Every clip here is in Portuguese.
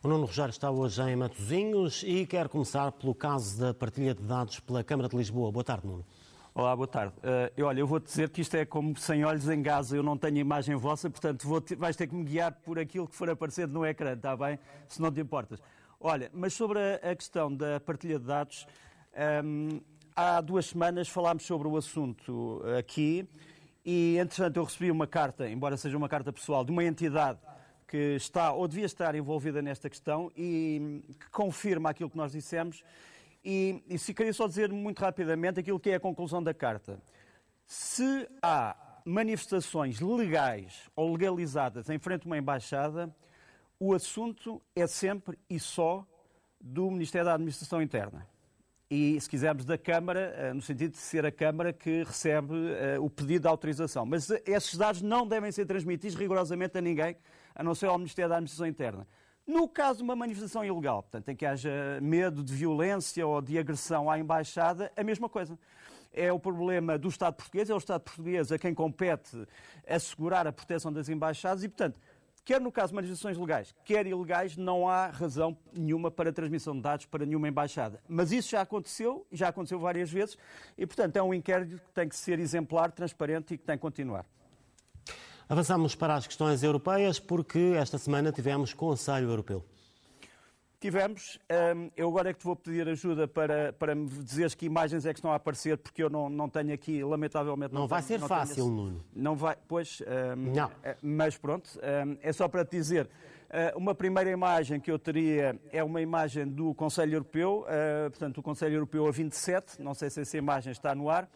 O Nuno Rogério está hoje em Matosinhos e quer começar pelo caso da partilha de dados pela Câmara de Lisboa. Boa tarde, Nuno. Olá, boa tarde. Olha, eu vou-te dizer que isto é como sem olhos em Gaza, eu não tenho imagem vossa, portanto vais ter que me guiar por aquilo que for aparecendo no ecrã, está bem? Se não te importas. Olha, mas sobre a questão da partilha de dados, há 2 semanas falámos sobre o assunto aqui e, entretanto, eu recebi uma carta, embora seja uma carta pessoal, de uma entidade que está ou devia estar envolvida nesta questão e que confirma aquilo que nós dissemos. E se queria só dizer muito rapidamente aquilo que é a conclusão da carta. Se há manifestações legais ou legalizadas em frente a uma embaixada, o assunto é sempre e só do Ministério da Administração Interna. E, se quisermos, da Câmara, no sentido de ser a Câmara que recebe o pedido de autorização. Mas esses dados não devem ser transmitidos rigorosamente a ninguém, a não ser ao Ministério da Administração Interna. No caso de uma manifestação ilegal, portanto, em que haja medo de violência ou de agressão à embaixada, a mesma coisa. É o problema do Estado português, é o Estado português a quem compete assegurar a proteção das embaixadas e, portanto, quer no caso de manifestações legais, quer ilegais, não há razão nenhuma para a transmissão de dados para nenhuma embaixada. Mas isso já aconteceu várias vezes e, portanto, é um inquérito que tem que ser exemplar, transparente e que tem que continuar. Avançamos para as questões europeias porque esta semana tivemos Conselho Europeu. Tivemos. Eu agora é que te vou pedir ajuda para me dizeres que imagens é que estão a aparecer, porque eu não tenho aqui, lamentavelmente... Não vai ser fácil, Nuno. Não vai, pois... Não. Mas pronto, é só para te dizer. Uma primeira imagem que eu teria é uma imagem do Conselho Europeu, portanto, o Conselho Europeu a 27, não sei se essa imagem está no ar.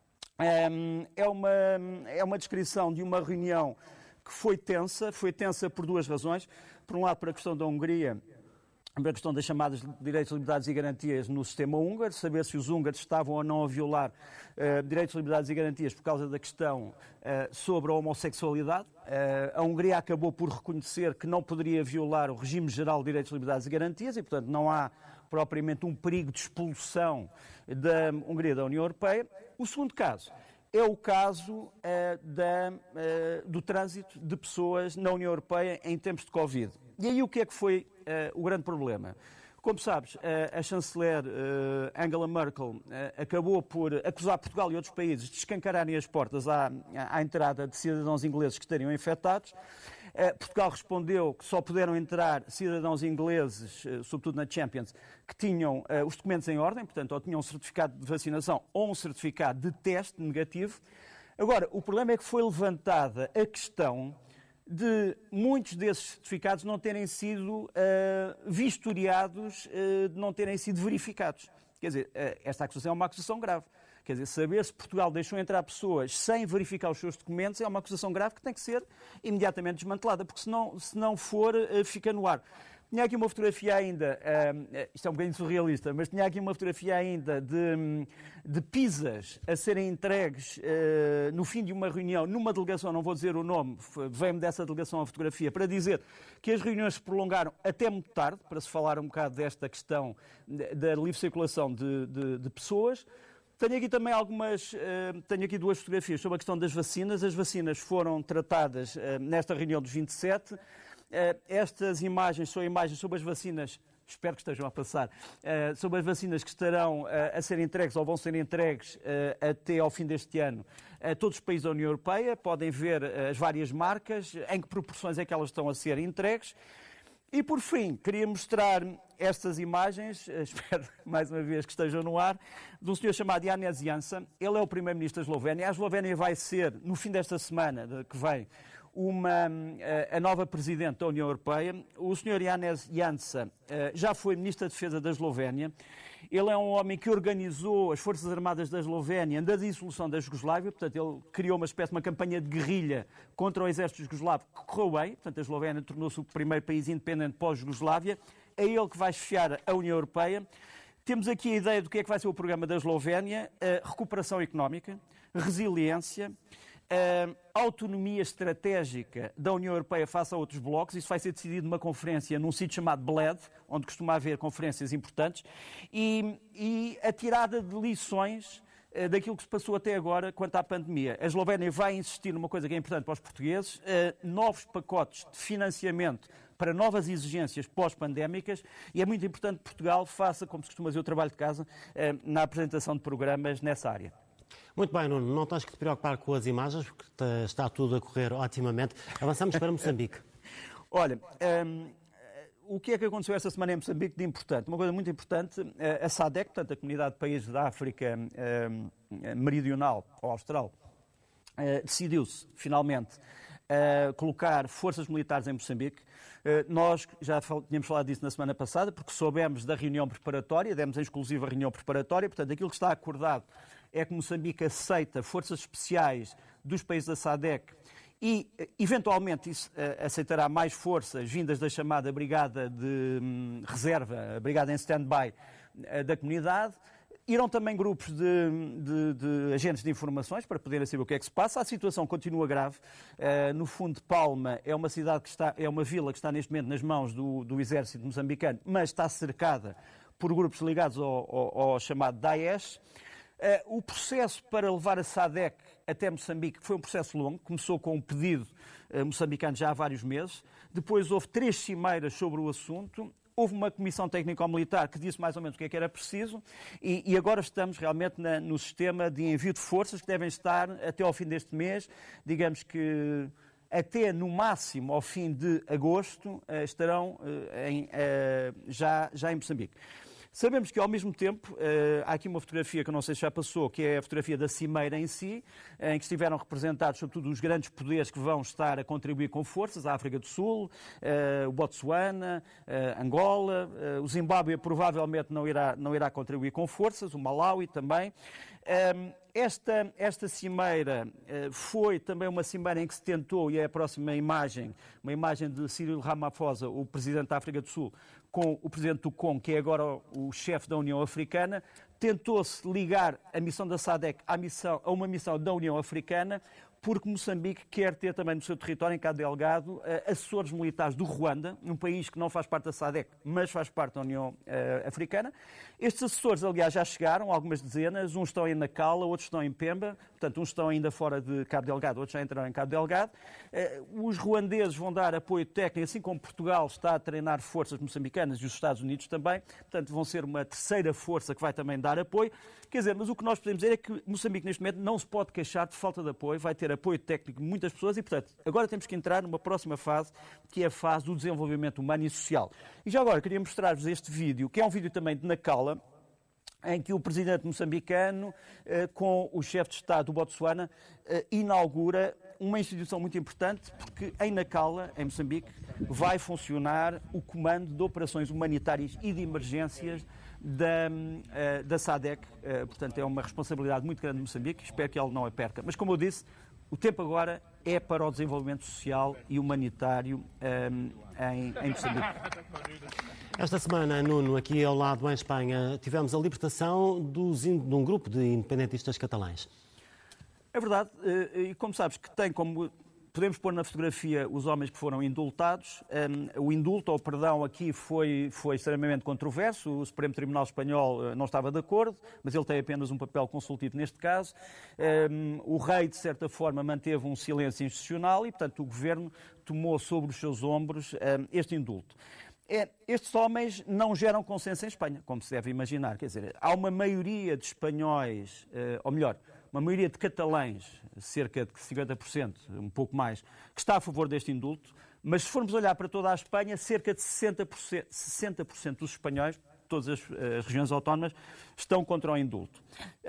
É uma descrição de uma reunião que foi tensa por 2 razões. Por um lado, para a questão da Hungria, a questão das chamadas direitos, liberdades e garantias no sistema húngaro, saber se os húngaros estavam ou não a violar direitos, liberdades e garantias por causa da questão sobre a homossexualidade. A Hungria acabou por reconhecer que não poderia violar o regime geral de direitos, liberdades e garantias e, portanto, não há propriamente um perigo de expulsão da Hungria da União Europeia. O segundo caso é o caso do trânsito de pessoas na União Europeia em tempos de Covid. E aí o que é que foi o grande problema? Como sabes, a chanceler Angela Merkel acabou por acusar Portugal e outros países de escancararem as portas à entrada de cidadãos ingleses que estariam infectados. Portugal respondeu que só puderam entrar cidadãos ingleses, sobretudo na Champions, que tinham os documentos em ordem, portanto, ou tinham um certificado de vacinação ou um certificado de teste negativo. Agora, o problema é que foi levantada a questão de muitos desses certificados não terem sido vistoriados, de não terem sido verificados. Quer dizer, esta acusação é uma acusação grave. Quer dizer, saber se Portugal deixou entrar pessoas sem verificar os seus documentos é uma acusação grave que tem que ser imediatamente desmantelada, porque se não for, fica no ar. Tinha aqui uma fotografia ainda, isto é um bocadinho surrealista, mas tinha aqui uma fotografia ainda de pizzas a serem entregues no fim de uma reunião, numa delegação, não vou dizer o nome, veio-me dessa delegação a fotografia, para dizer que as reuniões se prolongaram até muito tarde, para se falar um bocado desta questão da livre circulação de pessoas. Tenho aqui também tenho aqui 2 fotografias sobre a questão das vacinas. As vacinas foram tratadas nesta reunião dos 27. Estas imagens são imagens sobre as vacinas, espero que estejam a passar, sobre as vacinas que estarão a ser entregues ou vão ser entregues até ao fim deste ano a todos os países da União Europeia. Podem ver as várias marcas, em que proporções é que elas estão a ser entregues. E, por fim, queria mostrar estas imagens, espero mais uma vez que estejam no ar, de um senhor chamado Janez Janša. Ele é o primeiro-ministro da Eslovénia. A Eslovénia vai ser, no fim desta semana que vem, a nova presidente da União Europeia. O senhor Janez Janša já foi ministro da Defesa da Eslovénia. Ele é um homem que organizou as Forças Armadas da Eslovénia na dissolução da Jugoslávia, portanto ele criou uma espécie de uma campanha de guerrilha contra o exército jugoslavo que correu bem, portanto a Eslovénia tornou-se o primeiro país independente pós-Jugoslávia. É ele que vai chefiar a União Europeia. Temos aqui a ideia do que é que vai ser o programa da Eslovénia: recuperação económica, resiliência, autonomia estratégica da União Europeia face a outros blocos. Isso vai ser decidido numa conferência num sítio chamado Bled, onde costuma haver conferências importantes, e a tirada de lições daquilo que se passou até agora quanto à pandemia. A Eslovénia vai insistir numa coisa que é importante para os portugueses: novos pacotes de financiamento para novas exigências pós-pandémicas e é muito importante que Portugal faça, como se costuma dizer, o trabalho de casa na apresentação de programas nessa área. Muito bem, Nuno, não tens que te preocupar com as imagens, porque está tudo a correr otimamente. Avançamos para Moçambique. Olha, o que é que aconteceu esta semana em Moçambique de importante? Uma coisa muito importante, a SADC, portanto a Comunidade de Países da África Meridional ou Austral, decidiu-se, finalmente, colocar forças militares em Moçambique. Nós já tínhamos falado disso na semana passada, porque soubemos da reunião preparatória, demos em exclusiva a reunião preparatória, portanto aquilo que está acordado é que Moçambique aceita forças especiais dos países da SADC e, eventualmente, isso aceitará mais forças vindas da chamada Brigada de Reserva, a Brigada em stand-by da comunidade. Irão também grupos de agentes de informações para poderem saber o que é que se passa. A situação continua grave. No fundo de Palma é uma cidade é uma vila que está neste momento nas mãos do exército moçambicano, mas está cercada por grupos ligados ao chamado Daesh. O processo para levar a SADC até Moçambique foi um processo longo, começou com um pedido moçambicano já há vários meses, depois houve 3 cimeiras sobre o assunto, houve uma comissão técnico-militar que disse mais ou menos o que é que era preciso e agora estamos realmente no sistema de envio de forças que devem estar até ao fim deste mês, digamos que até no máximo ao fim de agosto estarão já em Moçambique. Sabemos que, ao mesmo tempo, há aqui uma fotografia que eu não sei se já passou, que é a fotografia da cimeira em si, em que estiveram representados, sobretudo, os grandes poderes que vão estar a contribuir com forças, a África do Sul, o Botsuana, Angola, o Zimbábue provavelmente não irá contribuir com forças, o Malawi também. Esta cimeira foi também uma cimeira em que se tentou, e é a próxima imagem, uma imagem de Cyril Ramaphosa, o presidente da África do Sul, com o presidente do Congo, que é agora o chefe da União Africana, tentou-se ligar a missão da SADC a uma missão da União Africana, porque Moçambique quer ter também no seu território, em Cabo Delgado, assessores militares do Ruanda, um país que não faz parte da SADC, mas faz parte da União Africana. Estes assessores, aliás, já chegaram, algumas dezenas, uns estão em Nacala, outros estão em Pemba, portanto, uns estão ainda fora de Cabo Delgado, outros já entraram em Cabo Delgado. Os ruandeses vão dar apoio técnico, assim como Portugal está a treinar forças moçambicanas e os Estados Unidos também, portanto, vão ser uma terceira força que vai também dar apoio. Quer dizer, mas o que nós podemos dizer é que Moçambique, neste momento, não se pode queixar de falta de apoio, vai ter apoio técnico de muitas pessoas e, portanto, agora temos que entrar numa próxima fase, que é a fase do desenvolvimento humano e social. E já agora queria mostrar-vos este vídeo, que é um vídeo também de Nacala, em que o presidente moçambicano, com o chefe de Estado do Botsuana, inaugura uma instituição muito importante, porque em Nacala, em Moçambique, vai funcionar o Comando de Operações Humanitárias e de Emergências da SADC. Portanto, é uma responsabilidade muito grande de Moçambique, espero que ele não a perca. Mas, como eu disse, o tempo agora é para o desenvolvimento social e humanitário em Moçambique. Esta semana, Nuno, aqui ao lado em Espanha, tivemos a libertação de um grupo de independentistas catalães. É verdade, e como sabes, que tem como... Podemos pôr na fotografia os homens que foram indultados. O indulto, ou perdão, aqui foi extremamente controverso. O Supremo Tribunal Espanhol não estava de acordo, mas ele tem apenas um papel consultivo neste caso. O rei, de certa forma, manteve um silêncio institucional e, portanto, o governo tomou sobre os seus ombros este indulto. Estes homens não geram consenso em Espanha, como se deve imaginar. Quer dizer, há uma maioria de espanhóis, ou melhor, uma maioria de catalães, cerca de 50%, um pouco mais, que está a favor deste indulto, mas se formos olhar para toda a Espanha, cerca de 60% dos espanhóis, todas as regiões autónomas, estão contra o indulto.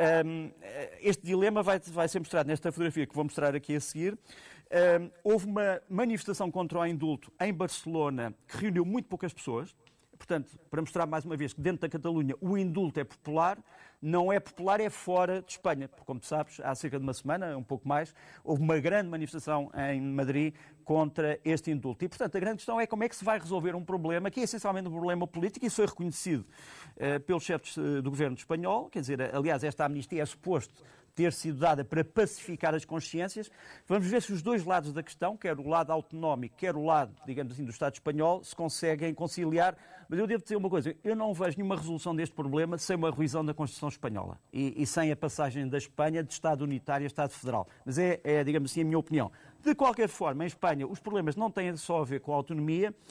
Este dilema vai ser mostrado nesta fotografia que vou mostrar aqui a seguir. Houve uma manifestação contra o indulto em Barcelona que reuniu muito poucas pessoas. Portanto, para mostrar mais uma vez que dentro da Catalunha o indulto é popular, não é popular, é fora de Espanha. Porque, como tu sabes, há cerca de uma semana, um pouco mais, houve uma grande manifestação em Madrid contra este indulto. E, portanto, a grande questão é como é que se vai resolver um problema que é essencialmente um problema político, e isso foi reconhecido pelos chefes do governo espanhol. Quer dizer, aliás, esta amnistia é suposto ter sido dada para pacificar as consciências. Vamos ver se os dois lados da questão, quer o lado autonómico, quer o lado, digamos assim, do Estado espanhol, se conseguem conciliar. Mas eu devo dizer uma coisa, eu não vejo nenhuma resolução deste problema sem uma revisão da Constituição espanhola e sem a passagem da Espanha de Estado unitário a Estado federal. Mas digamos assim, a minha opinião. De qualquer forma, em Espanha, os problemas não têm só a ver com a autonomia.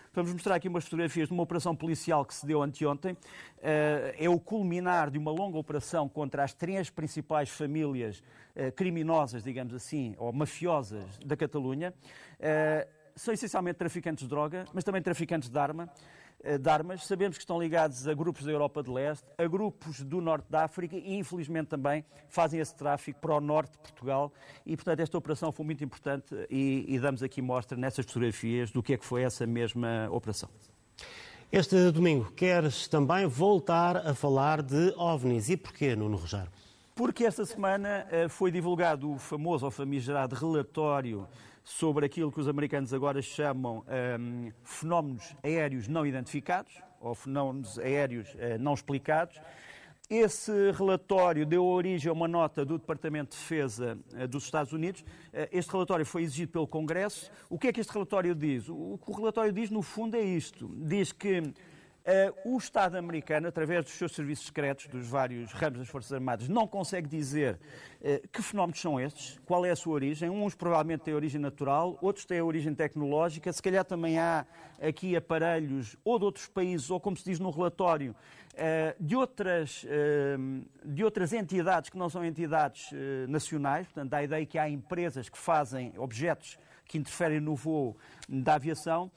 Vamos mostrar aqui umas fotografias de uma operação policial que se deu anteontem. É o culminar de uma longa operação contra as 3 principais famílias criminosas, digamos assim, ou mafiosas da Catalunha. São essencialmente traficantes de droga, mas também traficantes de armas. Sabemos que estão ligados a grupos da Europa de Leste, a grupos do Norte da África e, infelizmente, também fazem esse tráfico para o Norte de Portugal. E, portanto, esta operação foi muito importante e damos aqui mostra nessas fotografias do que é que foi essa mesma operação. Este domingo queres também voltar a falar de OVNIs. E porquê, Nuno Rogério? Porque esta semana foi divulgado o famoso ou famigerado relatório sobre aquilo que os americanos agora chamam fenómenos aéreos não identificados, ou fenómenos aéreos não explicados. Esse relatório deu origem a uma nota do Departamento de Defesa dos Estados Unidos. Este relatório foi exigido pelo Congresso. O que é que este relatório diz? O que o relatório diz, no fundo, é isto. Diz que o Estado americano, através dos seus serviços secretos, dos vários ramos das Forças Armadas, não consegue dizer que fenómenos são estes, qual é a sua origem. Uns provavelmente têm origem natural, outros têm origem tecnológica, se calhar também há aqui aparelhos ou de outros países, ou como se diz no relatório, de outras entidades que não são entidades nacionais. Portanto, dá a ideia que há empresas que fazem objetos que interferem no voo da aviação.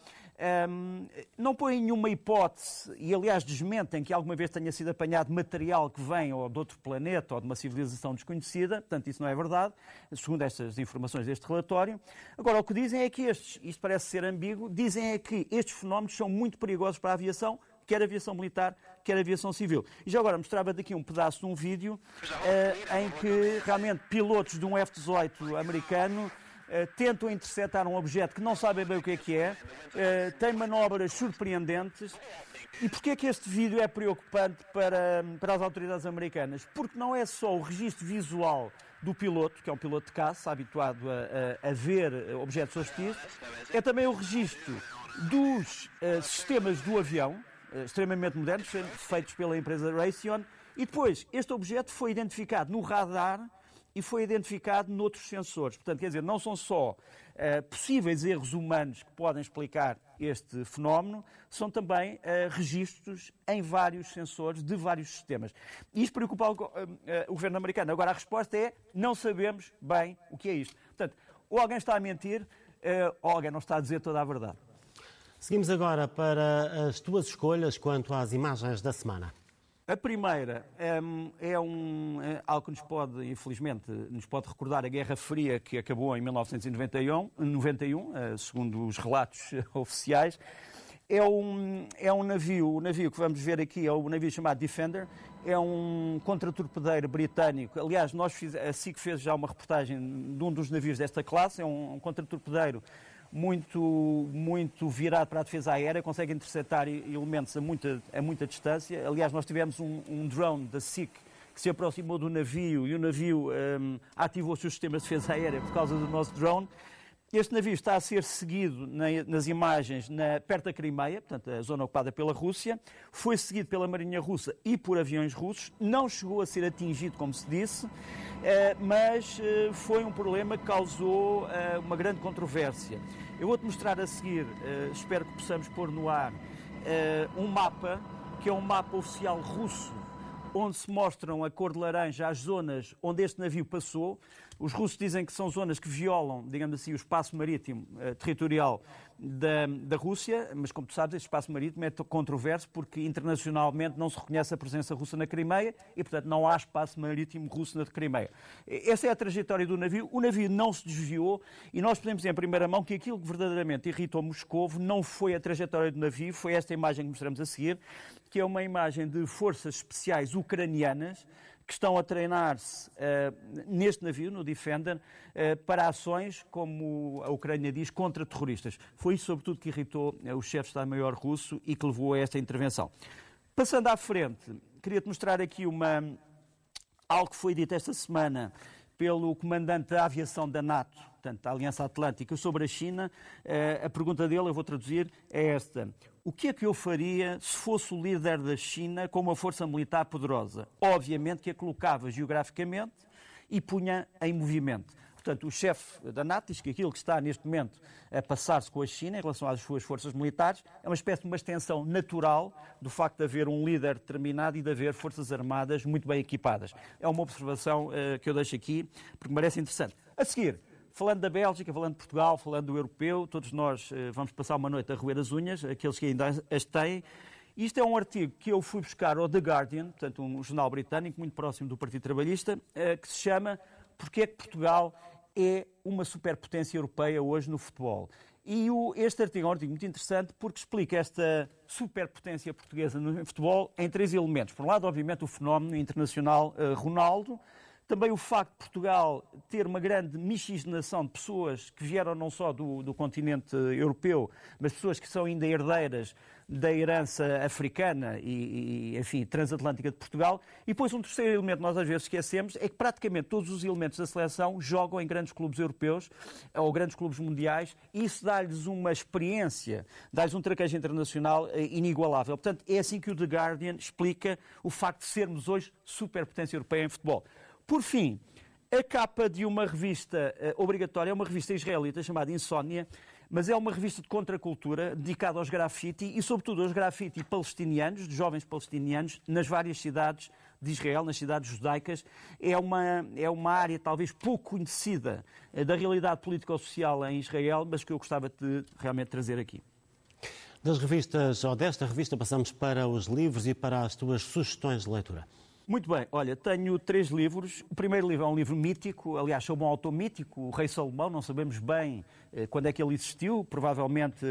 Não põem nenhuma hipótese e, aliás, desmentem que alguma vez tenha sido apanhado material que vem ou de outro planeta ou de uma civilização desconhecida. Portanto, isso não é verdade, segundo estas informações deste relatório. Agora, o que dizem é que isto parece ser ambíguo, dizem é que estes fenómenos são muito perigosos para a aviação, quer a aviação militar, quer a aviação civil. E já agora mostrava daqui um pedaço de um vídeo em que realmente pilotos de um F-18 americano tentam interceptar um objeto que não sabem bem o que é, tem manobras surpreendentes. E porquê é que este vídeo é preocupante para as autoridades americanas? Porque não é só o registro visual do piloto, que é um piloto de caça, habituado a ver objetos hostis, é também o registro dos sistemas do avião, extremamente modernos, feitos pela empresa Raytheon, e depois este objeto foi identificado no radar e foi identificado noutros sensores. Portanto, quer dizer, não são só possíveis erros humanos que podem explicar este fenómeno, são também registros em vários sensores de vários sistemas. E isto preocupa o governo americano. Agora, a resposta é: não sabemos bem o que é isto. Portanto, ou alguém está a mentir, ou alguém não está a dizer toda a verdade. Seguimos agora para as tuas escolhas quanto às imagens da semana. A primeira é algo que nos pode, infelizmente, recordar a Guerra Fria, que acabou em 1991, segundo os relatos oficiais. É um navio, o navio que vamos ver aqui é o navio chamado Defender, é um contratorpedeiro britânico. Aliás, a SIC fez já uma reportagem de um dos navios desta classe, é um contratorpedeiro muito virado para a defesa aérea, consegue interceptar elementos a muita distância. Aliás, nós tivemos um drone da SIC que se aproximou do navio e o navio ativou os seus sistemas de defesa aérea por causa do nosso drone. Este navio está a ser seguido nas imagens perto da Crimeia, portanto, a zona ocupada pela Rússia. Foi seguido pela Marinha Russa e por aviões russos. Não chegou a ser atingido, como se disse, mas foi um problema que causou uma grande controvérsia. Eu vou-te mostrar a seguir, espero que possamos pôr no ar, um mapa, que é um mapa oficial russo, onde se mostram a cor de laranja as zonas onde este navio passou. Os russos dizem que são zonas que violam, digamos assim, o espaço marítimo territorial da Rússia, mas, como tu sabes, este espaço marítimo é controverso porque internacionalmente não se reconhece a presença russa na Crimeia e, portanto, não há espaço marítimo russo na Crimeia. Essa é a trajetória do navio. O navio não se desviou e nós podemos dizer em primeira mão que aquilo que verdadeiramente irritou Moscovo não foi a trajetória do navio, foi esta imagem que mostramos a seguir, que é uma imagem de forças especiais ucranianas que estão a treinar-se neste navio, no Defender, para ações, como a Ucrânia diz, contra terroristas. Foi isso, sobretudo, que irritou o chefe de Estado-Maior russo e que levou a esta intervenção. Passando à frente, queria-te mostrar aqui algo que foi dito esta semana pelo comandante da aviação da NATO, portanto, da Aliança Atlântica, sobre a China. A pergunta dele, eu vou traduzir, é esta: o que é que eu faria se fosse o líder da China com uma força militar poderosa? Obviamente que a colocava geograficamente e punha em movimento. portanto, o chefe da NATO diz que aquilo que está neste momento a passar-se com a China em relação às suas forças militares é uma espécie de uma extensão natural do facto de haver um líder determinado e de haver forças armadas muito bem equipadas. É uma observação que eu deixo aqui porque me parece interessante. A seguir, falando da Bélgica, falando de Portugal, falando do europeu, todos nós vamos passar uma noite a roer as unhas, aqueles que ainda as têm. Isto é um artigo que eu fui buscar ao The Guardian, portanto um jornal britânico muito próximo do Partido Trabalhista, que se chama Porque é que Portugal é uma superpotência europeia hoje no futebol. E este artigo é um artigo muito interessante porque explica esta superpotência portuguesa no futebol em 3 elementos. Por um lado, obviamente, o fenómeno internacional Ronaldo, também o facto de Portugal ter uma grande miscigenação de pessoas que vieram não só do continente europeu, mas pessoas que são ainda herdeiras da herança africana e, enfim, transatlântica de Portugal. E depois um terceiro elemento que nós às vezes esquecemos é que praticamente todos os elementos da seleção jogam em grandes clubes europeus ou grandes clubes mundiais e isso dá-lhes uma experiência, dá-lhes um traquejo internacional inigualável. Portanto, é assim que o The Guardian explica o facto de sermos hoje superpotência europeia em futebol. Por fim, a capa de uma revista obrigatória é uma revista israelita chamada Insónia, mas é uma revista de contracultura dedicada aos grafite e, sobretudo, aos grafite palestinianos, de jovens palestinianos, nas várias cidades de Israel, nas cidades judaicas. É uma área talvez pouco conhecida da realidade político-social em Israel, mas que eu gostava de realmente trazer aqui. Das revistas, ou desta revista, passamos para os livros e para as tuas sugestões de leitura. Muito bem, olha, tenho 3 livros. O primeiro livro é um livro mítico, aliás, sobre um autor mítico, o Rei Salomão, não sabemos bem quando é que ele existiu, provavelmente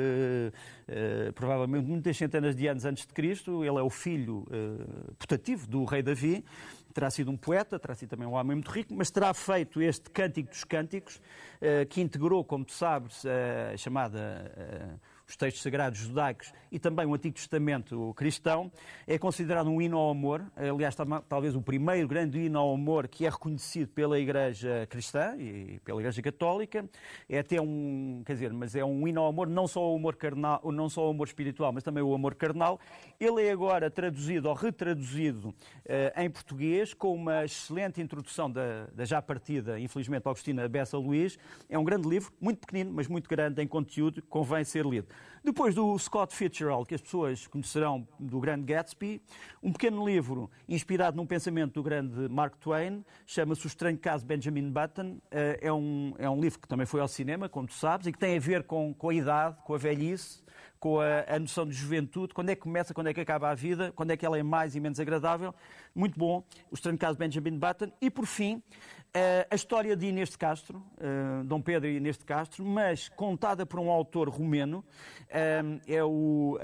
muitas centenas de anos antes de Cristo. Ele é o filho putativo do rei Davi, terá sido um poeta, terá sido também um homem muito rico, mas terá feito este Cântico dos Cânticos, que integrou, como tu sabes, a chamada... os textos sagrados judaicos e também o Antigo Testamento cristão. É considerado um hino ao amor, aliás, talvez o primeiro grande hino ao amor que é reconhecido pela Igreja cristã e pela Igreja Católica. É até mas é um hino ao amor, não só o amor carnal, não só o amor espiritual, mas também o amor carnal. Ele é agora traduzido ou retraduzido em português, com uma excelente introdução da já partida, infelizmente, Augustina Bessa Luís. É um grande livro, muito pequenino, mas muito grande em conteúdo, convém ser lido. Depois do Scott Fitzgerald, que as pessoas conhecerão do grande Gatsby, um pequeno livro inspirado num pensamento do grande Mark Twain, chama-se O Estranho Caso de Benjamin Button. É um livro que também foi ao cinema, como tu sabes, e que tem a ver com a idade, com a velhice, com a noção de juventude, quando é que começa, quando é que acaba a vida, quando é que ela é mais e menos agradável. Muito bom, O Estranho Caso de Benjamin Button. E, por fim, a história de Inês de Castro, Dom Pedro e Inês de Castro, mas contada por um autor romeno, é o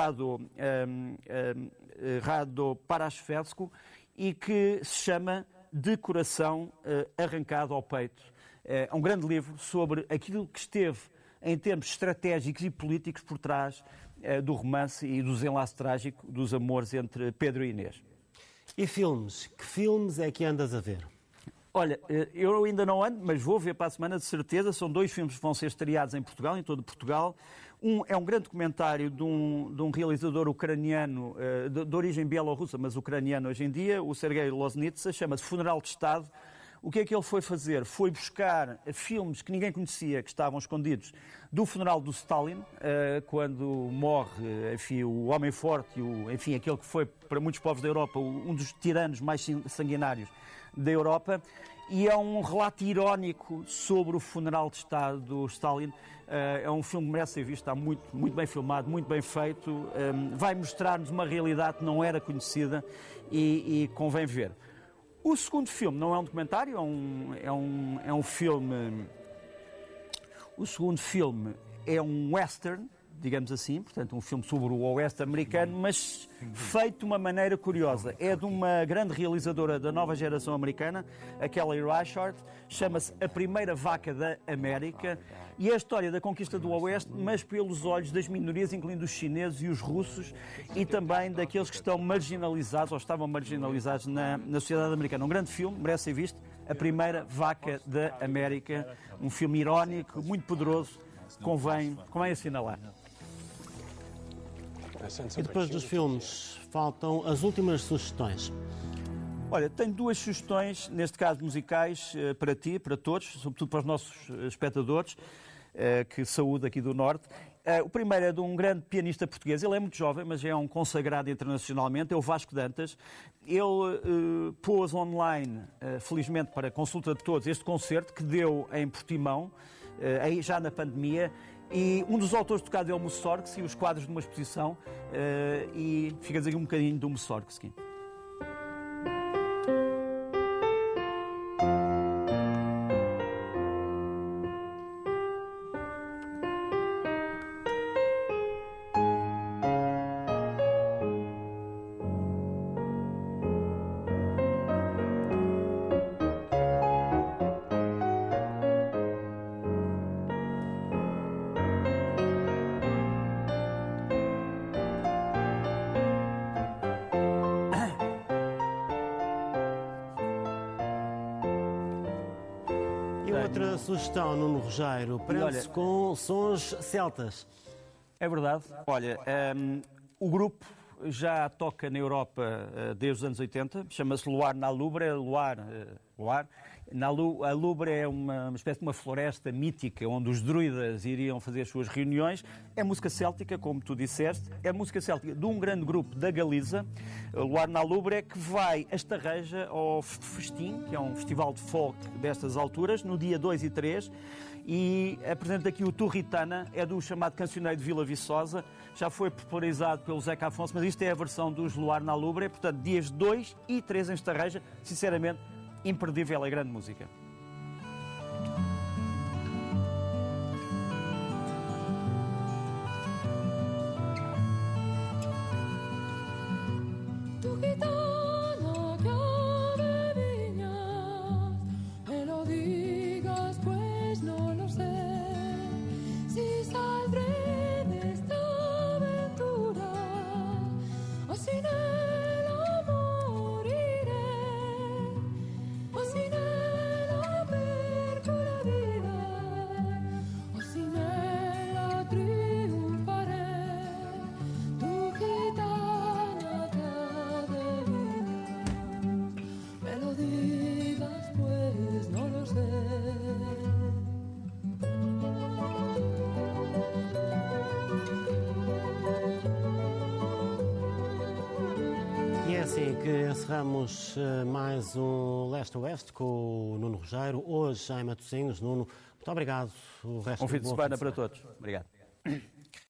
Rado Parasfescu, e que se chama De Coração Arrancado ao Peito. É um grande livro sobre aquilo que esteve em termos estratégicos e políticos por trás do romance e do desenlace trágico dos amores entre Pedro e Inês. E filmes? Que filmes é que andas a ver? Olha, eu ainda não ando, mas vou ver para a semana de certeza. São 2 filmes que vão ser estreados em Portugal, em todo Portugal. Um é um grande documentário de um realizador ucraniano, de origem bielorrussa, mas ucraniano hoje em dia, o Sergei Loznitsa, chama-se Funeral de Estado. O que é que ele foi fazer? Foi buscar filmes que ninguém conhecia, que estavam escondidos, do funeral do Stalin, quando morre, enfim, o homem forte, enfim, aquele que foi, para muitos povos da Europa, um dos tiranos mais sanguinários da Europa. E é um relato irónico sobre o funeral de Estado do Stalin. É um filme que merece ser visto, está muito, muito bem filmado, muito bem feito. Vai mostrar-nos uma realidade que não era conhecida e convém ver. O segundo filme não é um documentário, é um filme... O segundo filme é um western, digamos assim, portanto um filme sobre o oeste americano, mas feito de uma maneira curiosa. É de uma grande realizadora da nova geração americana, a Kelly Reichardt, chama-se A Primeira Vaca da América, e é a história da conquista do oeste, mas pelos olhos das minorias, incluindo os chineses e os russos, e também daqueles que estão marginalizados, ou estavam marginalizados na sociedade americana. Um grande filme, merece ser visto, A Primeira Vaca da América, um filme irónico, muito poderoso, convém assinalar. E depois dos filmes, faltam as últimas sugestões. Olha, tenho duas sugestões, neste caso musicais, para ti, para todos, sobretudo para os nossos espectadores, que saúde aqui do Norte. O primeiro é de um grande pianista português, ele é muito jovem, mas é um consagrado internacionalmente, é o Vasco Dantas. Ele pôs online, felizmente para consulta de todos, este concerto que deu em Portimão, aí já na pandemia, e um dos autores tocados é o Mussorgsky, os quadros de uma exposição, e fica-nos aqui um bocadinho do Mussorgsky. Outra sugestão, Nuno Rogério, prende-se com sons celtas. É verdade. Olha, o grupo já toca na Europa desde os anos 80, chama-se Luar na Lubre, Luar. A Lubre é uma espécie de uma floresta mítica onde os druidas iriam fazer as suas reuniões. É música céltica, como tu disseste, é música céltica de um grande grupo da Galiza, Luar na Lubre, que vai a Estarreja ao Festim, que é um festival de folk destas alturas, no dia 2 e 3, e apresenta aqui o Turritana, é do chamado Cancioneiro de Vila Viçosa, já foi popularizado pelo Zeca Afonso, mas isto é a versão dos Luar na Lubre, portanto, dias 2 e 3 em Estarreja, sinceramente, imperdível, é grande música. E é assim que encerramos mais um Leste-Oeste com o Nuno Rogério, hoje em Matosinhos. Nuno, muito obrigado. Um fim de semana para todos. Obrigado.